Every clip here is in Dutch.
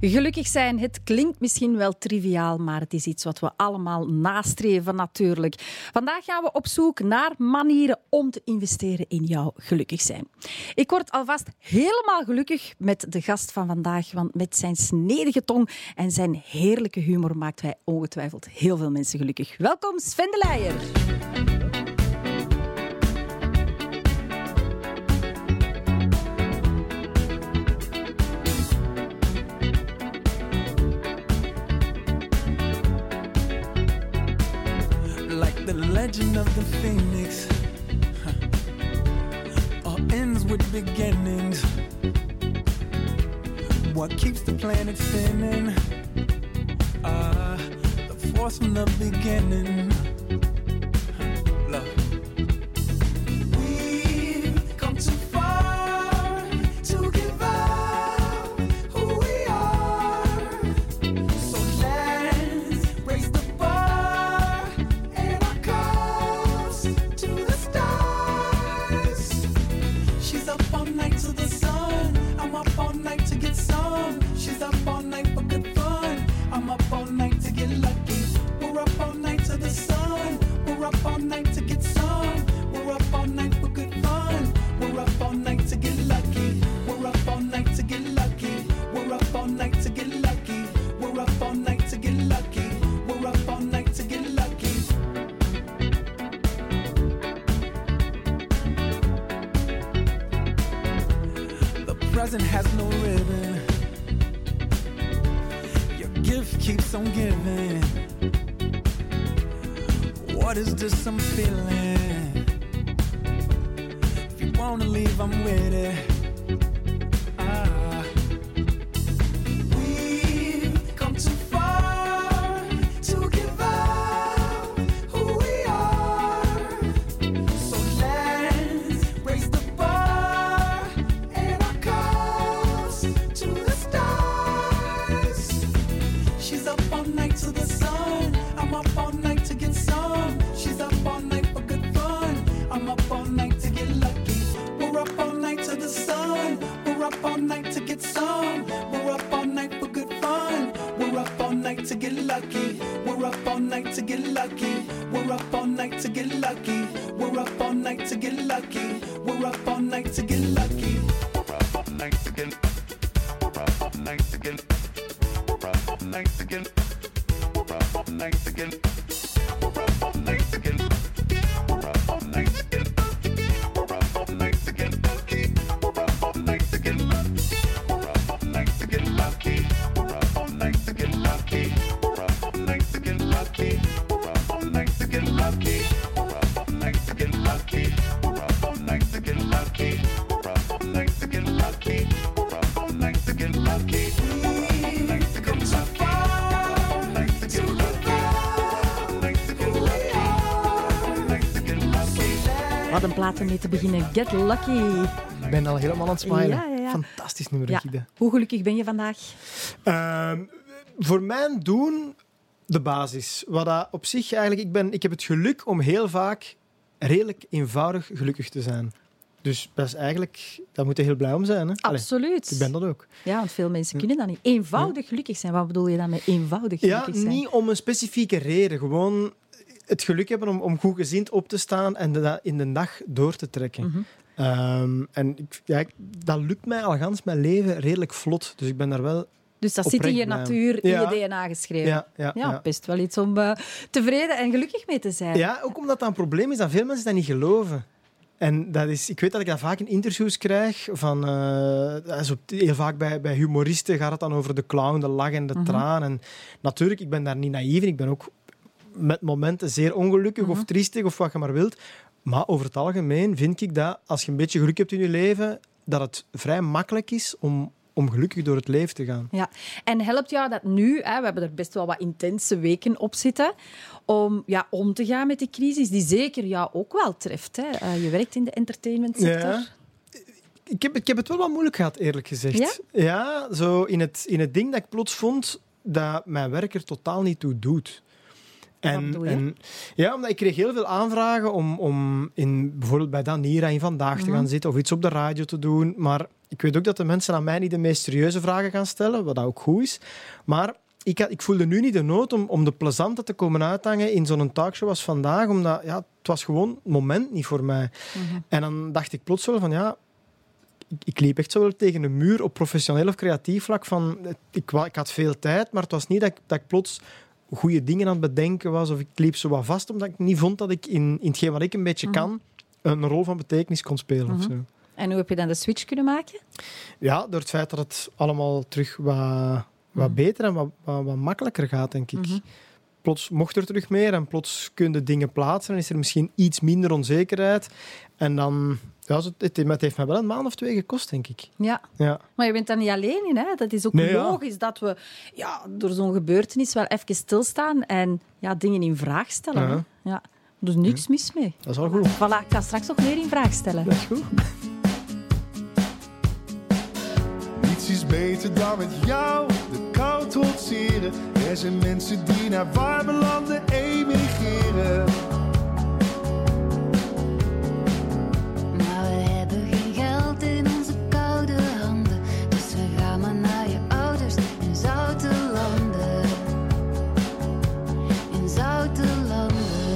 Gelukkig zijn, het klinkt misschien wel triviaal, maar het is iets wat we allemaal nastreven natuurlijk. Vandaag gaan we op zoek naar manieren om te investeren in jouw gelukkig zijn. Ik word alvast helemaal gelukkig met de gast van vandaag, want met zijn snedige tong en zijn heerlijke humor maakt hij ongetwijfeld heel veel mensen gelukkig. Welkom Sven de Leijer. The legend of the phoenix all ends with beginnings. What keeps the planet spinning? The force from the beginning. Love. We've come too far to give up who we are. So let's raise the bar and our cups to the stars. She's up all night to the sun. I'm up all night to get some. She's up all night for good fun. I'm up all night to get lucky. We're up all night to the sun. We're up all night to get some. We're up all night for good fun. We're up all night to get lucky. We're up all night to get lucky. We're up all night to get lucky. We're up all night to get lucky. We're up all night to get lucky. The present has no ribbon. Your gift keeps on giving. What is this I'm feeling? If you wanna leave, I'm with it. We've come too far to give up who we are. So let's raise the bar and our cups to the stars. She's up all night to the sun. I'm up all night to get some. She's up all night for good fun. I'm up all night to get lucky. We're up all night to the sun. We're up all night to get some. We're up all night for good fun. We're up all night to get lucky. We're up all night to get lucky. We're up all night to get lucky. We're up all night to get lucky. We're up all night to get lucky. We're up all night to get. We're up all night to get. We're up all night to get. We're up all night to get. We're up all night to get. We're up all night to get. We're up all night to get lucky. We're up all night to get lucky. We're up all night to get lucky. We're up all night to get lucky. We're up all night to get lucky. We're up all night to get lucky. We're up all night to get lucky. We're up all night to get lucky. We're up all night to get lucky. We're up all night to get lucky. Wat een plaat om mee te beginnen. Get Lucky. Ik ben al helemaal aan het smilen. Ja. Fantastisch nummer, Ja. Gide. Hoe gelukkig ben je vandaag? Voor mijn doen de basis. Wat dat op zich eigenlijk... Ik heb het geluk om heel vaak redelijk eenvoudig gelukkig te zijn. Dus dat is eigenlijk... Daar moet je heel blij om zijn. Hè? Absoluut. Ik ben dat ook. Ja, want veel mensen kunnen dat niet. Eenvoudig gelukkig zijn. Wat bedoel je dan met eenvoudig gelukkig zijn? Niet om een specifieke reden. Gewoon het geluk hebben om goed gezind op te staan en dat in de dag door te trekken. Mm-hmm. Dat lukt mij al gans mijn leven redelijk vlot. Dus ik ben daar wel... Dus dat zit in je natuur, in je DNA geschreven. Ja. Best wel iets om tevreden en gelukkig mee te zijn. Ja, ook omdat dat een probleem is dat veel mensen dat niet geloven. En dat is, ik weet dat ik dat vaak in interviews krijg. Dat is heel vaak bij humoristen gaat het dan over de clown, de lach en de traan. En natuurlijk, ik ben daar niet naïef in. Ik ben ook met momenten zeer ongelukkig of triestig of wat je maar wilt. Maar over het algemeen vind ik dat als je een beetje geluk hebt in je leven, dat het vrij makkelijk is om gelukkig door het leven te gaan. Ja. En helpt jou dat nu, we hebben er best wel wat intense weken op zitten, om te gaan met die crisis, die zeker jou ook wel treft. Hè? Je werkt in de entertainmentsector. Ja. Ik heb het wel wat moeilijk gehad, eerlijk gezegd. Ja, zo in het ding dat ik plots vond dat mijn werk er totaal niet toe doet. Omdat ik kreeg heel veel aanvragen om bijvoorbeeld bij Danira in Vandaag te gaan zitten of iets op de radio te doen. Maar Ik weet ook dat de mensen aan mij niet de meest serieuze vragen gaan stellen, wat dat ook goed is. Maar ik voelde nu niet de nood om de plezante te komen uithangen in zo'n talkshow als vandaag, omdat het was gewoon het moment niet voor mij. En dan dacht ik plots wel van ik liep echt zo wel tegen een muur op professioneel of creatief vlak. Ik had veel tijd, maar het was niet dat ik plots goede dingen aan het bedenken was of ik liep zo wat vast, omdat ik niet vond dat ik in hetgeen wat ik een beetje kan een rol van betekenis kon spelen. Of zo. En hoe heb je dan de switch kunnen maken? Ja, door het feit dat het allemaal terug wat beter en wat makkelijker gaat, denk ik. Plots mocht er terug meer en plots kun je dingen plaatsen en is er misschien iets minder onzekerheid. En dan... het heeft mij wel een maand of 2 gekost, denk ik. Ja. Maar je bent daar niet alleen in. Hè? Dat is ook logisch dat we door zo'n gebeurtenis wel even stilstaan en dingen in vraag stellen. Hè? Ja. Er is niks mis mee. Dat is wel goed. Voilà, ik ga straks nog meer in vraag stellen. Dat is goed. Niets is beter dan met jou de kou trotseren. Er zijn mensen die naar warme landen emigreren. Maar we hebben geen geld in onze koude handen, dus we gaan maar naar je ouders in zoute landen. In zoute landen.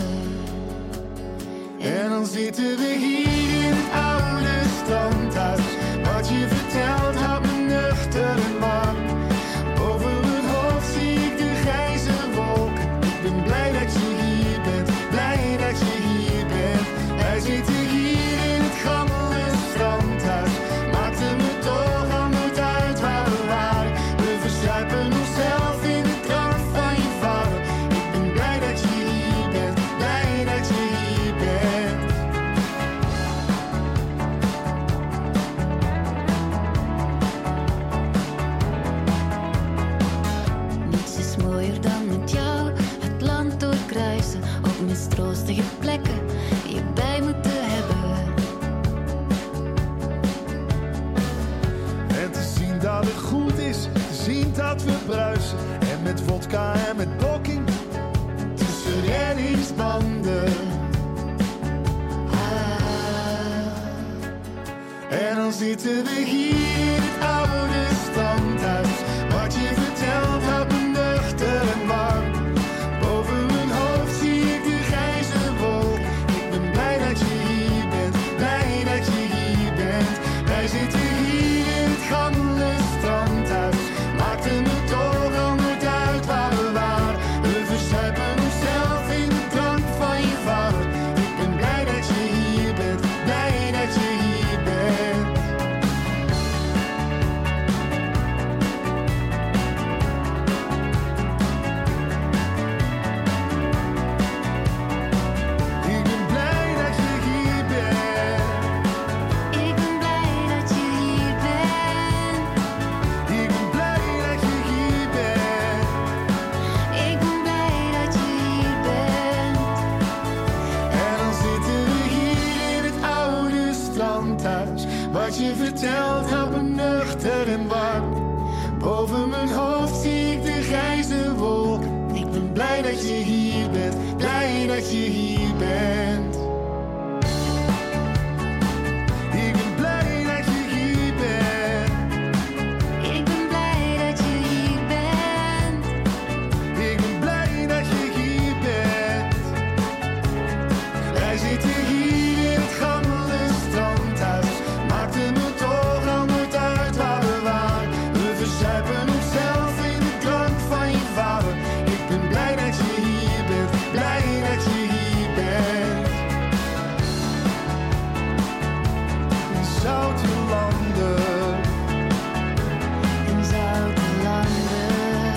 En dan zitten we hier in het oude strandhuis. Wat je vertelt houdt me nuchter en warm. Boven mijn hoofd zie ik de grijze wolken. Ik ben blij dat je hier bent, blij dat je hier bent. Wij zitten hier in het gammele strandhuis. Maakt het me toch al nooit uit waar we waren. We verzuipen onszelf in de drank van je vader. Ik ben blij dat je hier bent, blij dat je hier bent. Niets is mooier dan met jou het land doorkruisen. Op mistroostige plekken je bij moeten hebben. En te zien dat het goed is, te zien dat we bruisen. En met vodka en met blokking, tussen reddingsbanden. En dan zitten we hier in het oude standhuis. Wat je vertelt houdt me nuchter en warm. Boven mijn hoofd zie ik de grijze wolk. Ik ben blij dat je hier bent, blij dat je hier bent. Wij zitten hier in het gammele strandhuis. Maakte me toch al nooit uit waar we waren. We verzuipen onszelf in de drank van je vader. Ik ben blij dat je hier bent, blij dat je hier bent. Ik ben blij dat je hier bent. Ik ben blij dat je hier bent. Ik ben blij dat je hier bent. Ik ben blij dat je hier bent. En dan zitten we hier in het oude strandhuis. Wat je vertelt houdt me nuchter en warm. Boven mijn hoofd zie ik de grijze wolken. Ik ben blij dat je hier bent, blij dat je hier bent. Ik ben blij dat je hier bent. Ik ben blij dat je hier bent. Ik ben blij dat je hier bent. Wij zitten hier in het gammele strandhuis. Maakte me toch al nooit uit waar we waren. We verzuipen onszelf in de drank van je vader. Ik ben blij dat je hier bent, blij dat je hier bent. In zoute landen. In zoute landen.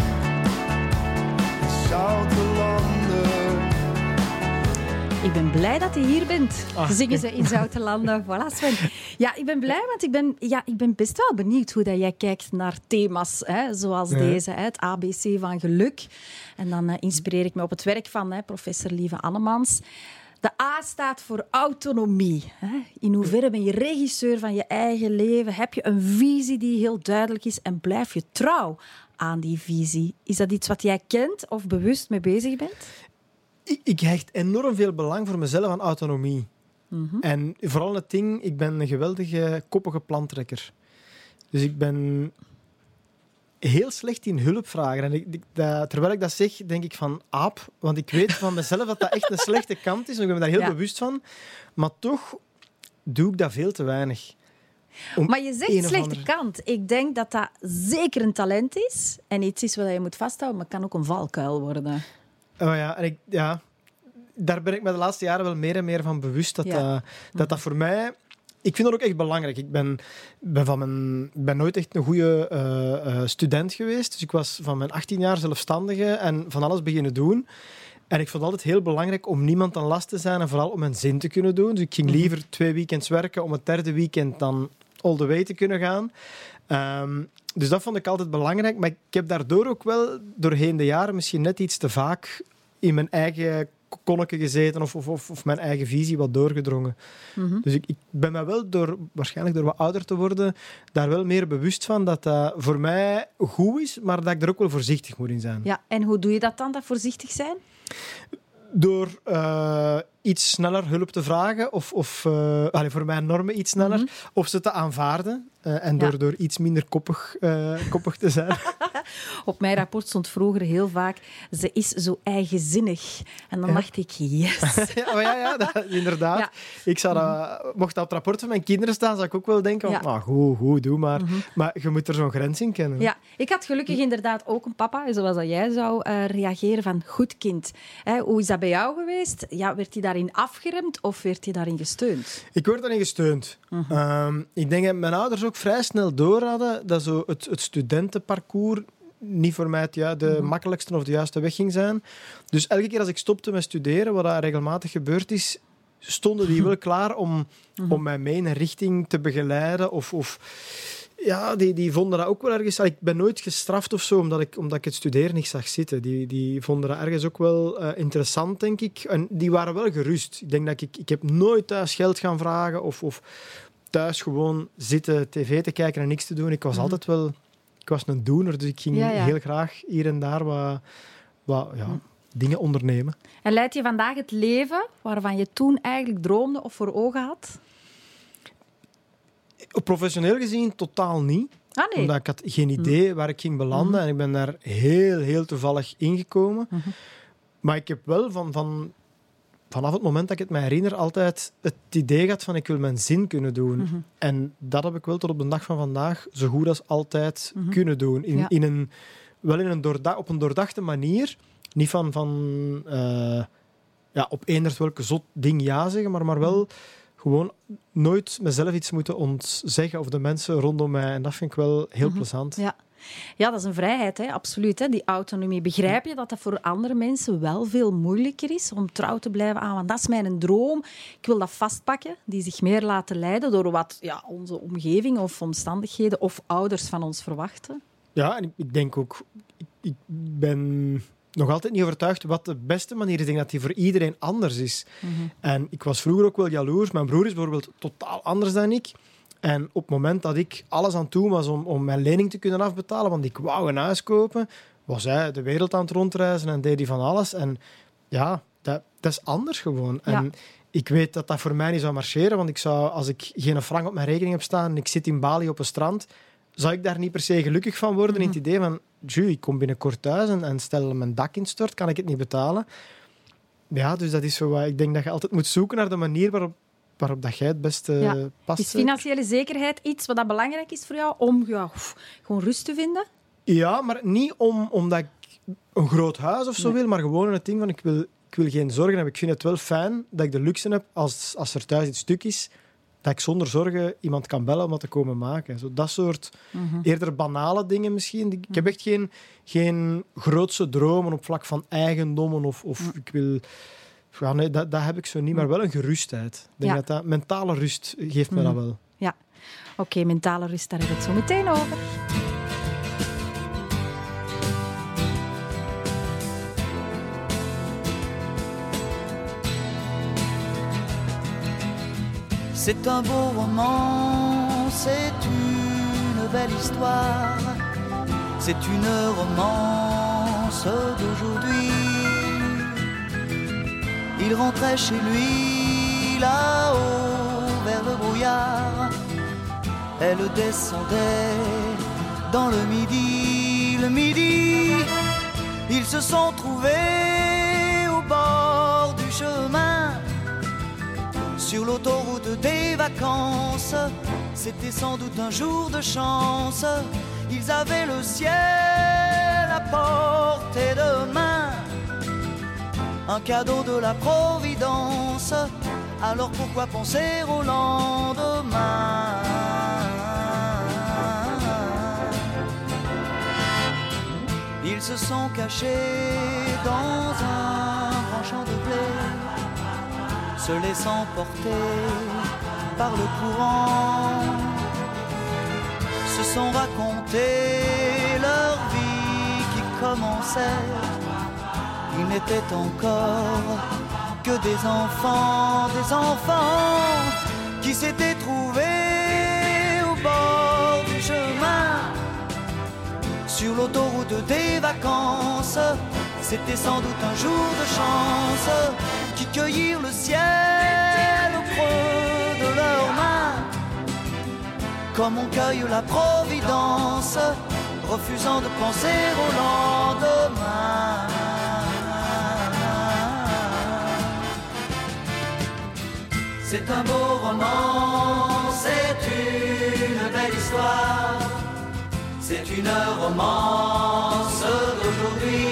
Zoute landen. Ik ben blij dat je hier bent. Zingen ze in Zoute Landen. Voilà, Sven. Ja, ik ben blij, want ik ben best wel benieuwd hoe dat jij kijkt naar thema's zoals deze, het ABC van geluk. En dan inspireer ik me op het werk van professor Lieve Annemans. De A staat voor autonomie. In hoeverre ben je regisseur van je eigen leven? Heb je een visie die heel duidelijk is en blijf je trouw aan die visie? Is dat iets wat jij kent of bewust mee bezig bent? Ik hecht enorm veel belang voor mezelf aan autonomie. En vooral het ding, ik ben een geweldige koppige plantrekker. Dus ik ben heel slecht in hulp vragen. En terwijl ik dat zeg, denk ik van aap. Want ik weet van mezelf dat dat echt een slechte kant is. En ik ben me daar heel bewust van. Maar toch doe ik dat veel te weinig. Maar je een zegt of slechte andere- kant. Ik denk dat dat zeker een talent is. En iets is wat je moet vasthouden, maar het kan ook een valkuil worden. Oh ja, en daar ben ik me de laatste jaren wel meer en meer van bewust. Dat voor mij... Ik vind dat ook echt belangrijk. Ik ben nooit echt een goede student geweest. Dus ik was van mijn 18 jaar zelfstandige en van alles beginnen doen. En ik vond het altijd heel belangrijk om niemand aan last te zijn en vooral om mijn zin te kunnen doen. Dus ik ging liever 2 weekends werken om het 3e weekend dan all the way te kunnen gaan. Dus dat vond ik altijd belangrijk. Maar ik heb daardoor ook wel doorheen de jaren misschien net iets te vaak in mijn eigen konneke gezeten of mijn eigen visie wat doorgedrongen. Dus ik ben me wel, waarschijnlijk door wat ouder te worden, daar wel meer bewust van dat dat voor mij goed is, maar dat ik er ook wel voorzichtig moet in zijn. Ja, en hoe doe je dat dan, dat voorzichtig zijn? Door iets sneller hulp te vragen, of voor mijn normen iets sneller, of ze te aanvaarden. En door iets minder koppig te zijn. Op mijn rapport stond vroeger heel vaak, ze is zo eigenzinnig. En dan dacht ik, yes. Inderdaad. Ja. Ik zou mocht dat op het rapport van mijn kinderen staan, zou ik ook wel denken, goed, doe maar. Maar je moet er zo'n grens in kennen. Ja, ik had gelukkig inderdaad ook een papa, zoals dat jij zou reageren van goed kind. Hoe is dat bij jou geweest? Ja, werd hij daarin afgeremd of werd hij daarin gesteund? Ik word daarin gesteund. Ik denk dat mijn ouders ook vrij snel door hadden dat zo het studentenparcours niet voor mij de makkelijkste of de juiste weg ging zijn. Dus elke keer als ik stopte met studeren, wat dat regelmatig gebeurd is, stonden die wel klaar om mij mee in een richting te begeleiden. Die vonden dat ook wel ergens... Ik ben nooit gestraft of zo, omdat ik het studeren niet zag zitten. Die vonden dat ergens ook wel interessant, denk ik. En die waren wel gerust. Ik denk dat ik heb nooit thuis geld gaan vragen of thuis gewoon zitten tv te kijken en niks te doen. Ik was altijd wel... Ik was een doener, dus ik ging heel graag hier en daar wat dingen ondernemen. En leid je vandaag het leven waarvan je toen eigenlijk droomde of voor ogen had? Professioneel gezien totaal niet. Ah, nee. Omdat ik had geen idee waar ik ging belanden. En ik ben daar heel, heel toevallig ingekomen. Maar ik heb wel vanaf het moment dat ik het me herinner altijd het idee gehad van ik wil mijn zin kunnen doen. En dat heb ik wel tot op de dag van vandaag zo goed als altijd kunnen doen. Op een doordachte manier. Niet van op eender welke zot ding ja zeggen, maar wel gewoon nooit mezelf iets moeten ontzeggen of de mensen rondom mij. En dat vind ik wel heel plezant. Ja, dat is een vrijheid, hè? Absoluut. Hè? Die autonomie. Begrijp je dat voor andere mensen wel veel moeilijker is om trouw te blijven aan? Want dat is mijn droom. Ik wil dat vastpakken. Die zich meer laten leiden door wat onze omgeving of omstandigheden of ouders van ons verwachten. Ja, en ik denk ook... Ik ben nog altijd niet overtuigd wat de beste manier is. Ik denk dat die voor iedereen anders is. En ik was vroeger ook wel jaloers. Mijn broer is bijvoorbeeld totaal anders dan ik. En op het moment dat ik alles aan het doen was om mijn lening te kunnen afbetalen, want ik wou een huis kopen, was hij de wereld aan het rondreizen en deed hij van alles. En ja, dat is anders gewoon. Ja. En ik weet dat dat voor mij niet zou marcheren, want ik zou, als ik geen frank op mijn rekening heb staan en ik zit in Bali op een strand, zou ik daar niet per se gelukkig van worden in het idee van, ik kom binnenkort thuis en stel mijn dak instort, kan ik het niet betalen. Ja, dus dat is zo. Ik denk dat je altijd moet zoeken naar de manier waarop dat jij het beste past. Is financiële zekerheid iets wat dat belangrijk is voor jou om gewoon rust te vinden? Ja, maar niet omdat ik een groot huis of zo wil, maar gewoon het ding van ik wil geen zorgen hebben. Ik vind het wel fijn dat ik de luxe heb als er thuis iets stuk is, dat ik zonder zorgen iemand kan bellen om dat te komen maken. Zo dat soort eerder banale dingen misschien. Ik heb echt geen grootse dromen op vlak van eigendommen of ik wil... Ja, nee, dat heb ik zo niet, maar wel een gerustheid. Ik denk dat mentale rust geeft mij dat wel. Ja, oké, mentale rust, daar hebben we het zo meteen over. C'est un beau roman, c'est une belle histoire, c'est une romance d'aujourd'hui. Il rentrait chez lui là-haut vers le brouillard. Elle descendait dans le midi, ils se sont trouvés au bord du chemin, sur l'autoroute des vacances. C'était sans doute un jour de chance, ils avaient le ciel à portée de main, un cadeau de la Providence, alors pourquoi penser au lendemain? Ils se sont cachés dans un grand champ de blé, se laissant porter par le courant, se sont racontés leur vie qui commençait. Ils n'étaient encore que des enfants qui s'étaient trouvés au bord du chemin, sur l'autoroute des vacances. C'était sans doute un jour de chance, qui cueillirent le ciel au creux de leurs mains, comme on cueille la Providence, refusant de penser au lendemain. C'est un beau roman, c'est une belle histoire, c'est une romance d'aujourd'hui.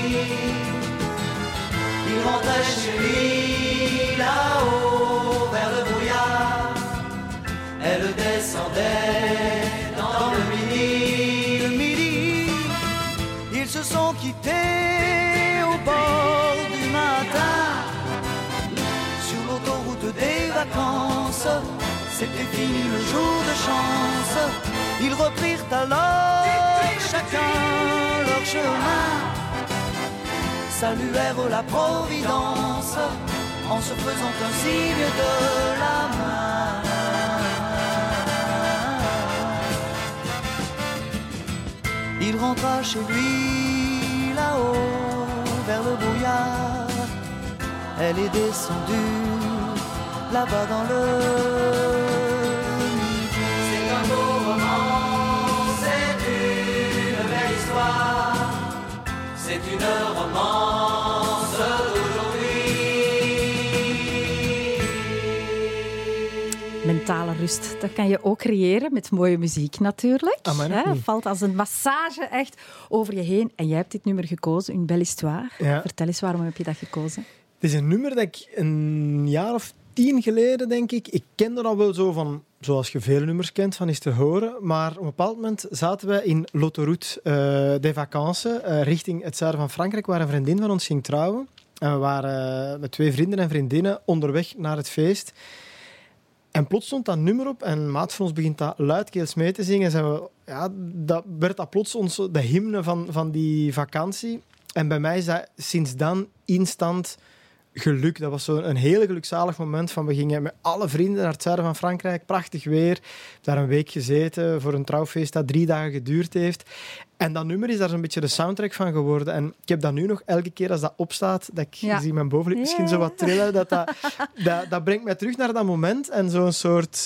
Il rentrait chez lui là-haut vers le brouillard, elle descendait dans le midi. Ils se sont quittés au bord du matin, sur l'autoroute des vacances. C'était fini le jour de chance. Ils reprirent alors chacun leur chemin, saluèrent la Providence en se faisant un signe de la main. Il rentra chez lui là-haut vers le brouillard, elle est descendue là-bas dans le midi. C'est un beau roman, c'est une belle histoire, c'est une romance d'aujourd'hui. Mentale rust, dat kan je ook creëren met mooie muziek natuurlijk. Amai, Ja, valt als een massage echt over je heen. En jij hebt dit nummer gekozen, Une Belle Histoire. Ja. Vertel eens, waarom heb je dat gekozen? Het is een nummer dat ik een jaar of 10 geleden, denk ik kende dat wel zo van, zoals je veel nummers kent, van is te horen. Maar op een bepaald moment zaten we in l'autoroute des vacances, richting het zuiden van Frankrijk, waar een vriendin van ons ging trouwen. En we waren met 2 vrienden en vriendinnen onderweg naar het feest. En plots stond dat nummer op en een maat van ons begint dat luidkeels mee te zingen. En zeiden we, ja, dat werd dat plots de hymne van die vakantie. En bij mij is dat sinds dan instant geluk. Dat was zo'n heel gelukzalig moment. We gingen met alle vrienden naar het zuiden van Frankrijk. Prachtig weer. Daar een week gezeten voor een trouwfeest dat 3 dagen geduurd heeft. En dat nummer is daar zo'n beetje de soundtrack van geworden. En ik heb dat nu nog elke keer als dat opstaat, dat ik zie mijn bovenlip misschien zo wat trillen. Dat brengt mij terug naar dat moment. En zo'n soort...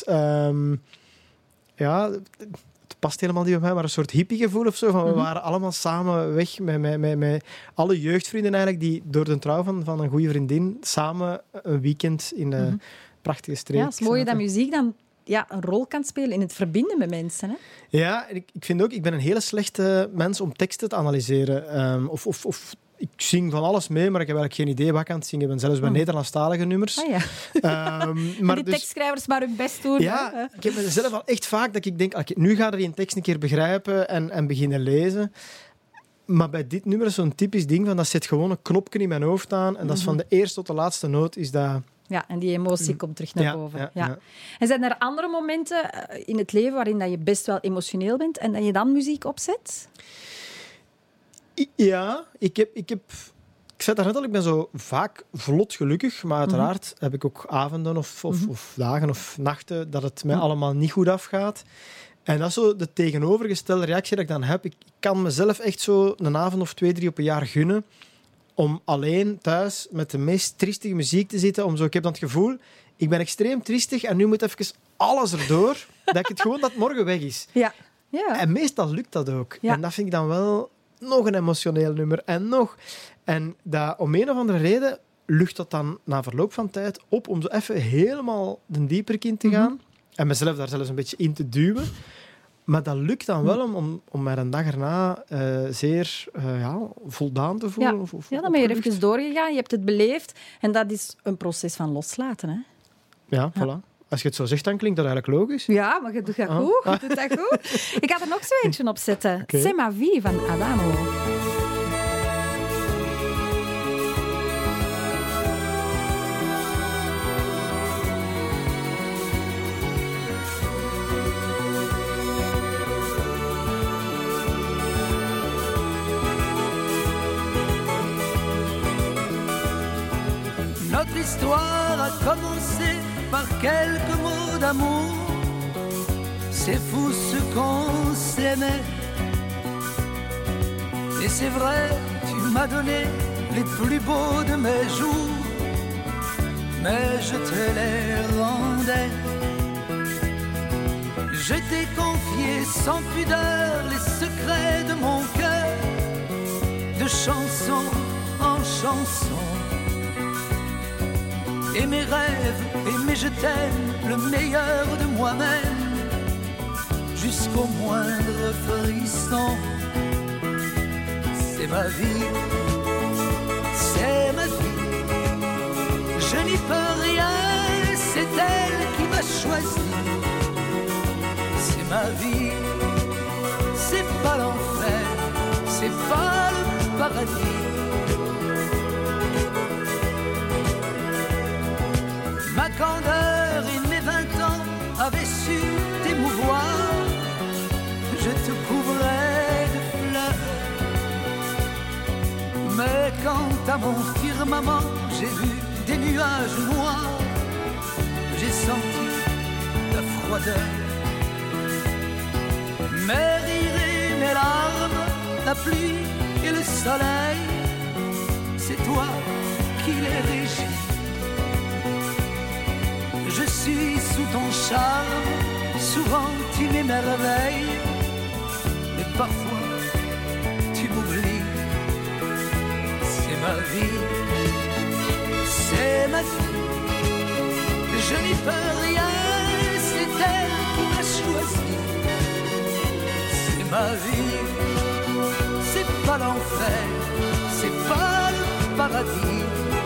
het past helemaal niet bij mij, maar een soort hippiegevoel of zo. Van, we waren allemaal samen weg met alle jeugdvrienden eigenlijk, die door de trouw van een goede vriendin samen een weekend in de prachtige streek. Ja, het is mooi dat muziek dan een rol kan spelen in het verbinden met mensen. Hè? Ja, ik vind ook, ik ben een hele slechte mens om teksten te analyseren. Ik zing van alles mee, maar ik heb eigenlijk geen idee wat ik aan het zingen ben. Zelfs bij Nederlandstalige nummers. Ah, ja. Maar die dus, tekstschrijvers maar hun best doen. ja, Hè? ik heb mezelf al echt vaak dat ik denk, nu ga ik die tekst een keer begrijpen en beginnen lezen. Maar bij dit nummer is zo'n typisch ding van, dat zet gewoon een knopje in mijn hoofd aan en dat is van de eerste tot de laatste noot is dat... Ja, en die emotie komt terug naar boven. Ja. En zijn er andere momenten in het leven waarin dat je best wel emotioneel bent en dat je dan muziek opzet? Ja, ik zei daarnet al, ik ben zo vaak vlot gelukkig, maar uiteraard heb ik ook avonden of dagen of nachten dat het mij allemaal niet goed afgaat. En dat is zo de tegenovergestelde reactie dat ik dan heb. Ik kan mezelf echt zo een avond of 2, 3 op een jaar gunnen om alleen thuis met de meest triestige muziek te zitten. Ik heb dan het gevoel, ik ben extreem triestig en nu moet even alles erdoor. Dat het morgen weg is. Ja. Ja. En meestal lukt dat ook. Ja. En dat vind ik dan wel nog een emotioneel nummer. En dat, om een of andere reden lucht dat dan na verloop van tijd op om zo even helemaal de dieper in te gaan. En mezelf daar zelfs een beetje in te duwen. Maar dat lukt dan wel om mij een dag erna zeer voldaan te voelen. Ja. Of Ja, dan ben je er opgelucht. even doorgegaan, je hebt het beleefd. En dat is een proces van loslaten. Hè? Ja, voilà. Als je het zo zegt, dan klinkt dat eigenlijk logisch. Ja, maar je doet dat goed. Je doet dat goed. Ik ga er nog zo eentje op zetten. Oké. C'est ma vie van Adamo. Notre histoire a commencé par quelques mots d'amour. C'est fou ce qu'on s'aimait. Et c'est vrai, tu m'as donné les plus beaux de mes jours. Mais je te les rendais. Je t'ai confié sans pudeur les secrets de mon cœur. De chanson en chanson. Et mes rêves, et mes je t'aime, le meilleur de moi-même, jusqu'au moindre frisson. C'est ma vie, c'est ma vie. Je n'y peux rien, c'est elle qui m'a choisi. C'est ma vie, c'est pas l'enfer, c'est pas le paradis. Ma candeur et mes 20 ans avaient su t'émouvoir. Je te couvrais de fleurs. Mais quand à mon firmament j'ai vu des nuages noirs, j'ai senti ta froideur. Mes rires et mes larmes, la pluie et le soleil, c'est toi qui les régis. Je suis sous ton charme, souvent tu m'émerveilles, mais parfois tu m'oublies. C'est ma vie, c'est ma vie. Je n'y peux rien, c'est elle qui m'a choisi. C'est ma vie, c'est pas l'enfer, c'est pas le paradis.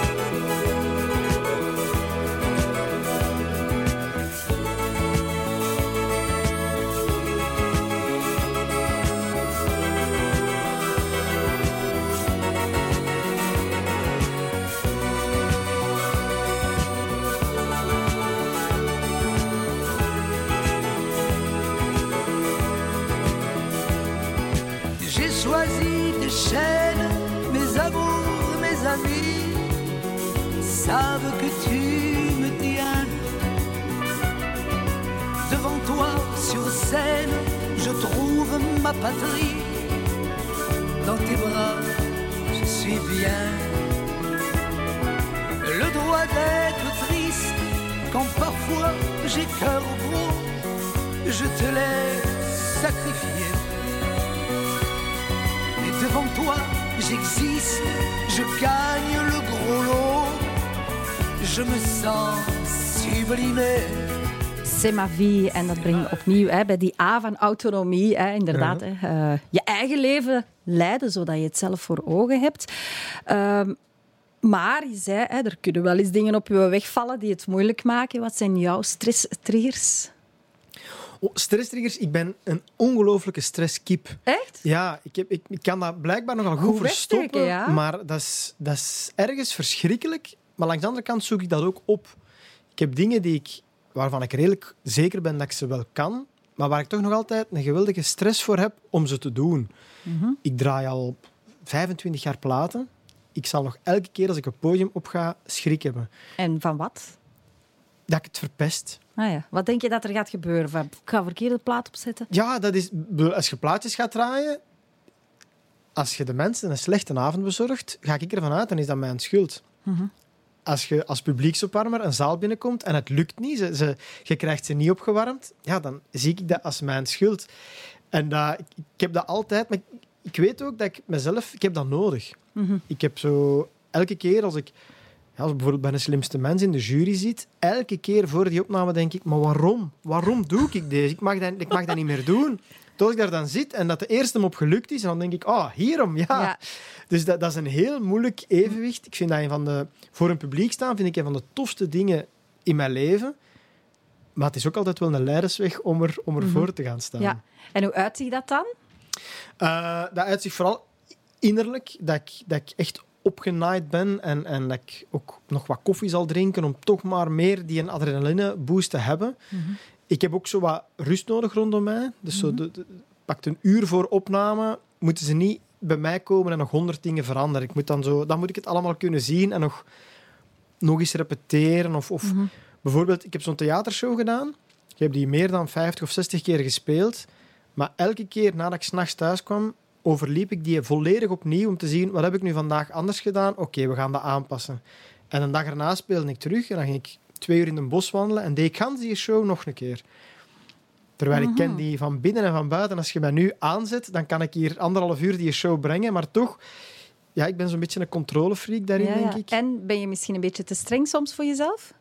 Choisi tes chaînes, mes amours, mes amis savent que tu me tiens. Devant toi sur scène, je trouve ma patrie. Dans tes bras, je suis bien. Le droit d'être triste quand parfois j'ai cœur gros, je te l'ai sacrifié. Devant toi, j'existe, je gagne le gros lot. Je me sens sublimé. C'est ma vie. En dat brengt opnieuw bij die A van autonomie. Inderdaad, je eigen leven leiden, zodat je het zelf voor ogen hebt. Maar je zei, er kunnen wel eens dingen op je weg vallen die het moeilijk maken. Wat zijn jouw stresstriggers? Oh, stresstriggers, ik ben een ongelooflijke stresskiep. Echt? Ja, ik kan dat blijkbaar nogal goed verstoppen, wegsteken, ja. maar dat is ergens verschrikkelijk. Maar langs de andere kant zoek ik dat ook op. Ik heb dingen waarvan ik redelijk zeker ben dat ik ze wel kan, maar waar ik toch nog altijd een geweldige stress voor heb om ze te doen. Mm-hmm. Ik draai al 25 jaar platen. Ik zal nog elke keer als ik een podium op ga schrik hebben. En van wat? Dat ik het verpest. Ah ja. Wat denk je dat er gaat gebeuren? Van, ik ga een verkeerde plaat opzetten? Ja, dat is, als je plaatjes gaat draaien, als je de mensen een slechte avond bezorgt, ga ik ervan uit, dan is dat mijn schuld. Mm-hmm. als je als publieksopwarmer een zaal binnenkomt en het lukt niet, je krijgt ze niet opgewarmd, ja, dan zie ik dat als mijn schuld. En ik heb dat altijd, maar ik weet ook dat ik heb dat nodig. Ik heb zo elke keer als ik bijvoorbeeld bij De Slimste Mens in de jury zit, elke keer voor die opname denk ik, maar waarom? Waarom doe ik deze? Ik mag dat niet meer doen. Tot ik daar dan zit en dat de eerste mop gelukt is, en dan denk ik, hierom, ja. Dus dat is een heel moeilijk evenwicht. Ik vind dat voor een publiek staan vind ik een van de tofste dingen in mijn leven. Maar het is ook altijd wel een leidersweg om er voor te gaan staan. Ja. En hoe uitziet dat dan? Dat uitzicht vooral innerlijk, dat ik echt opgenaaid ben en dat ik ook nog wat koffie zal drinken om toch maar meer die een adrenaline boost te hebben. Ik heb ook zo wat rust nodig rondom mij. Dus zo pakt een uur voor opname, moeten ze niet bij mij komen en nog 100 dingen veranderen. Dan moet ik het allemaal kunnen zien en nog eens repeteren. Of bijvoorbeeld, ik heb zo'n theatershow gedaan. Ik heb die meer dan 50 of 60 keer gespeeld. Maar elke keer nadat ik 's nachts thuis kwam, overliep ik die volledig opnieuw om te zien, wat heb ik nu vandaag anders gedaan? Oké, we gaan dat aanpassen. En een dag erna speelde ik terug en dan ging ik 2 uur in een bos wandelen en deed ik gans die show nog een keer. Terwijl ik ken die van binnen en van buiten. Als je mij nu aanzet, dan kan ik hier 1,5 uur die show brengen. Maar toch, ja, ik ben zo'n beetje een controlefreak daarin, denk ik. En ben je misschien een beetje te streng soms voor jezelf?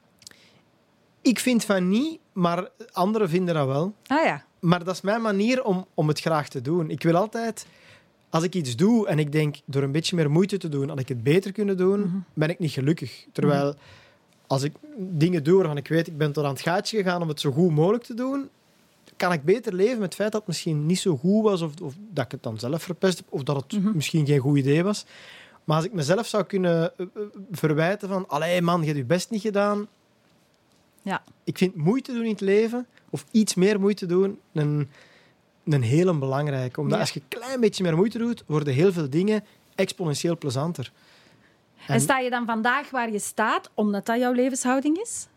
Ik vind van niet, maar anderen vinden dat wel. Ah ja. Maar dat is mijn manier om het graag te doen. Ik wil altijd, als ik iets doe en ik denk, door een beetje meer moeite te doen, had ik het beter kunnen doen, ben ik niet gelukkig. Terwijl, als ik dingen doe waarvan ik weet, ik ben tot aan het gaatje gegaan om het zo goed mogelijk te doen, kan ik beter leven met het feit dat het misschien niet zo goed was of dat ik het dan zelf verpest heb of dat het misschien geen goed idee was. Maar als ik mezelf zou kunnen verwijten van, allee man, je hebt je best niet gedaan. Ja. Ik vind moeite doen in het leven, of iets meer moeite doen, een hele belangrijke. Omdat als je een klein beetje meer moeite doet, worden heel veel dingen exponentieel plezanter. En sta je dan vandaag waar je staat, omdat dat jouw levenshouding is?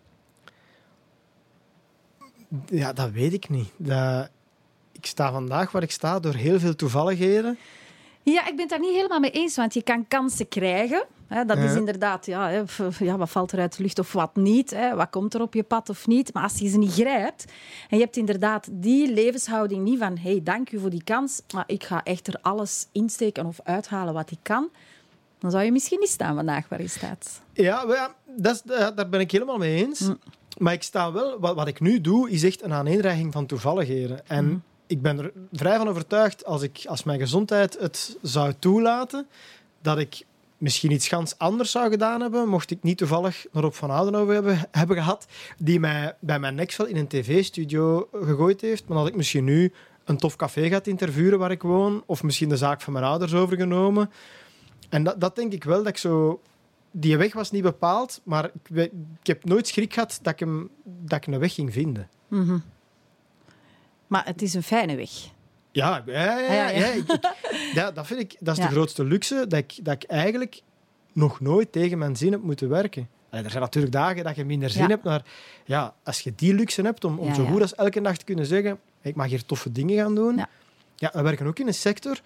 Ja, dat weet ik niet. Ik sta vandaag waar ik sta door heel veel toevalligheden. Ja, ik ben het daar niet helemaal mee eens, want je kan kansen krijgen. Dat is inderdaad, wat valt er uit de lucht of wat niet. Wat komt er op je pad of niet. Maar als je ze niet grijpt en je hebt inderdaad die levenshouding niet van hey, dank u voor die kans, maar ik ga echt er alles insteken of uithalen wat ik kan, dan zou je misschien niet staan vandaag waar je staat. Ja, daar ben ik helemaal mee eens. Maar ik sta wel... Wat ik nu doe, is echt een aaneenreiging van toevalligheden. En ik ben er vrij van overtuigd, als mijn gezondheid het zou toelaten, dat ik misschien iets gans anders zou gedaan hebben, mocht ik niet toevallig naar Rob van Oudenhoven hebben gehad, die mij bij mijn nekvel in een tv-studio gegooid heeft. Maar had ik misschien nu een tof café gehad in Tervuren, waar ik woon, of misschien de zaak van mijn ouders overgenomen. En dat denk ik wel, dat ik zo... Die weg was niet bepaald, maar ik heb nooit schrik gehad dat ik een weg ging vinden. Maar het is een fijne weg. Ja. Dat vind ik... Dat is de grootste luxe, dat ik eigenlijk nog nooit tegen mijn zin heb moeten werken. Er zijn natuurlijk dagen dat je minder zin hebt, maar als je die luxe hebt om zo goed als elke dag te kunnen zeggen, ik mag hier toffe dingen gaan doen. Ja, we werken ook in een sector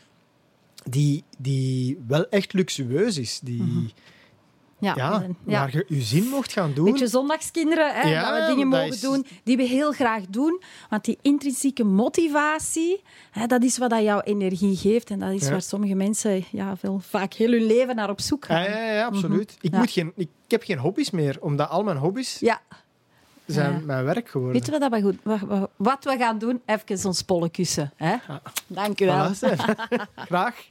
die wel echt luxueus is. Waar je je zin mocht gaan doen. Beetje zondagskinderen, dat we dingen mogen doen die we heel graag doen. Want die intrinsieke motivatie, dat is wat dat jouw energie geeft. En dat is waar sommige mensen vaak heel hun leven naar op zoek gaan. Ja, absoluut. Ik heb geen hobby's meer, omdat al mijn hobby's zijn mijn werk geworden. Weet je wat we gaan doen? Even ons pollen kussen. Dank u wel. Graag.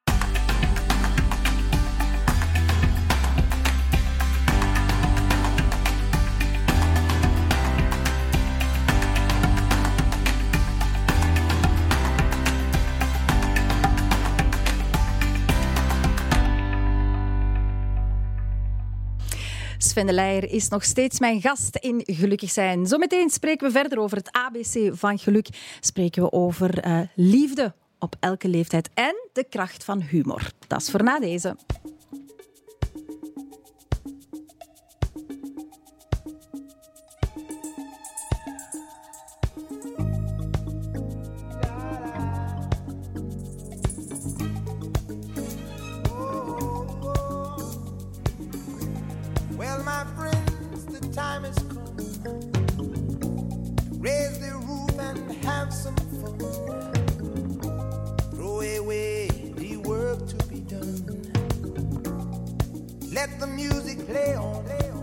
Sven de Leijer is nog steeds mijn gast in Gelukkig zijn. Zometeen spreken we verder over het ABC van geluk. Spreken we over liefde op elke leeftijd en de kracht van humor. Dat is voor na deze. Let the music play on.